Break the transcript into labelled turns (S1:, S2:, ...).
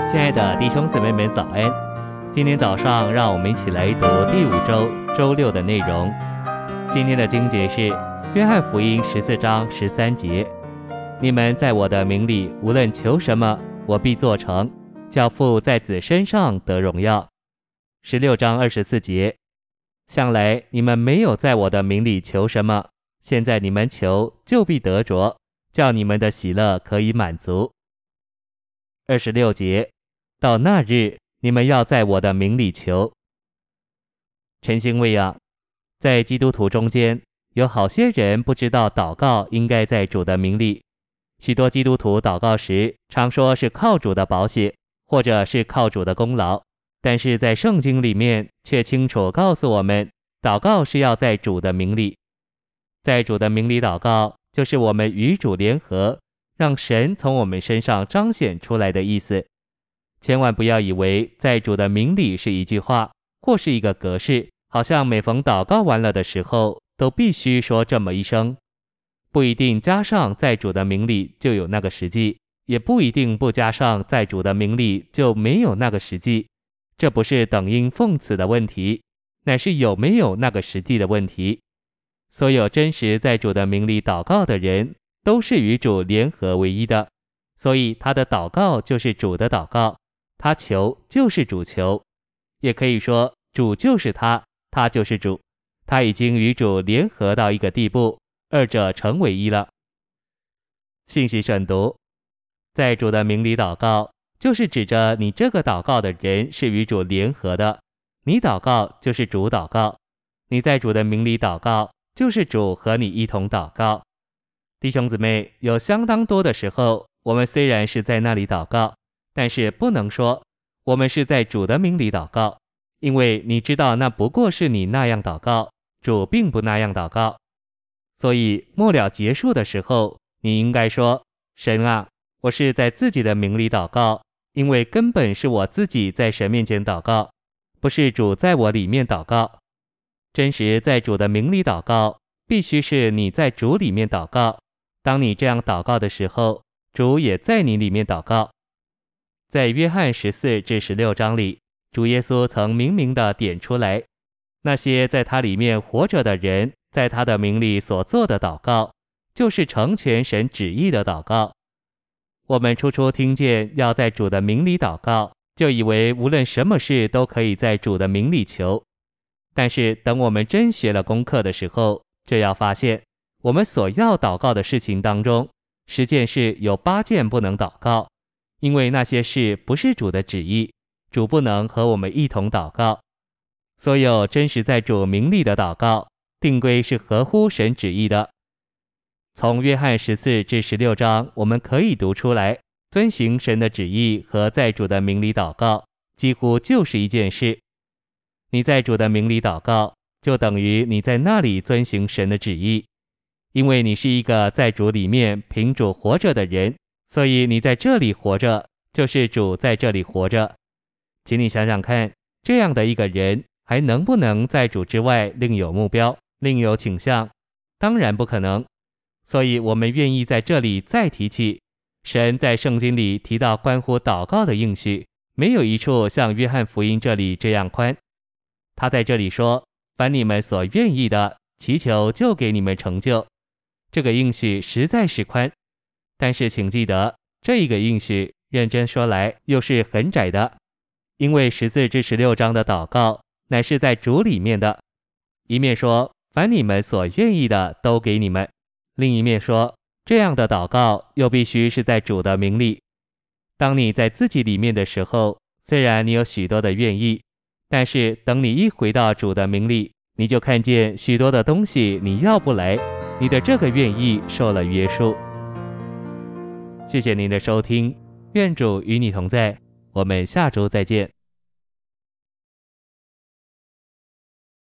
S1: 亲爱的弟兄姊妹们早安，今天早上让我们一起来读第5周周6的内容。今天的经节是约翰福音14章13节，你们在我的名里无论求什么，我必做成，叫父在子身上得荣耀。16章24节，向来你们没有在我的名里求什么，现在你们求就必得着，叫你们的喜乐可以满足。26节，到那日你们要在我的名里求。晨星喂养，在基督徒中间有好些人不知道祷告应该在主的名里，许多基督徒祷告时常说是靠主的宝血，或者是靠主的功劳，但是在圣经里面却清楚告诉我们，祷告是要在主的名里。在主的名里祷告，就是我们与主联合，让神从我们身上彰显出来的意思。千万不要以为在主的名里是一句话，或是一个格式，好像每逢祷告完了的时候都必须说这么一声。不一定加上在主的名里就有那个实际，也不一定不加上在主的名里就没有那个实际。这不是等音奉词的问题，乃是有没有那个实际的问题。所有真实在主的名里祷告的人，都是与主联合为一的，所以他的祷告就是主的祷告，他求就是主求，也可以说主就是他，他就是主，他已经与主联合到一个地步，二者成为一了。信息选读，在主的名里祷告，就是指着你这个祷告的人是与主联合的，你祷告就是主祷告，你在主的名里祷告，就是主和你一同祷告。弟兄姊妹，有相当多的时候，我们虽然是在那里祷告，但是不能说我们是在主的名里祷告，因为你知道那不过是你那样祷告，主并不那样祷告。所以末了结束的时候，你应该说，神啊，我是在自己的名里祷告，因为根本是我自己在神面前祷告，不是主在我里面祷告。真实在主的名里祷告，必须是你在主里面祷告，当你这样祷告的时候，主也在你里面祷告。在约翰14至16章里，主耶稣曾明明地点出来，那些在他里面活着的人，在他的名里所做的祷告，就是成全神旨意的祷告。我们初初听见要在主的名里祷告，就以为无论什么事都可以在主的名里求。但是等我们真学了功课的时候，就要发现，我们所要祷告的事情当中，10件事有8件不能祷告，因为那些事不是主的旨意，主不能和我们一同祷告。所有真实在主名里的祷告，定规是合乎神旨意的。从约翰14至16章，我们可以读出来，遵行神的旨意和在主的名里祷告，几乎就是一件事。你在主的名里祷告，就等于你在那里遵行神的旨意，因为你是一个在主里面凭主活着的人，所以你在这里活着，就是主在这里活着。请你想想看，这样的一个人还能不能在主之外另有目标，另有倾向？当然不可能。所以我们愿意在这里再提起，神在圣经里提到关乎祷告的应许，没有一处像约翰福音这里这样宽。他在这里说，凡你们所愿意的，祈求就给你们成就。这个应许实在是宽，但是请记得，这一个应许认真说来又是很窄的，因为14至16章的祷告乃是在主里面的，一面说凡你们所愿意的都给你们，另一面说这样的祷告又必须是在主的名里。当你在自己里面的时候，虽然你有许多的愿意，但是等你一回到主的名里，你就看见许多的东西你要不来，你的这个愿意受了约束。谢谢您的收听，愿主与你同在，我们下周再见。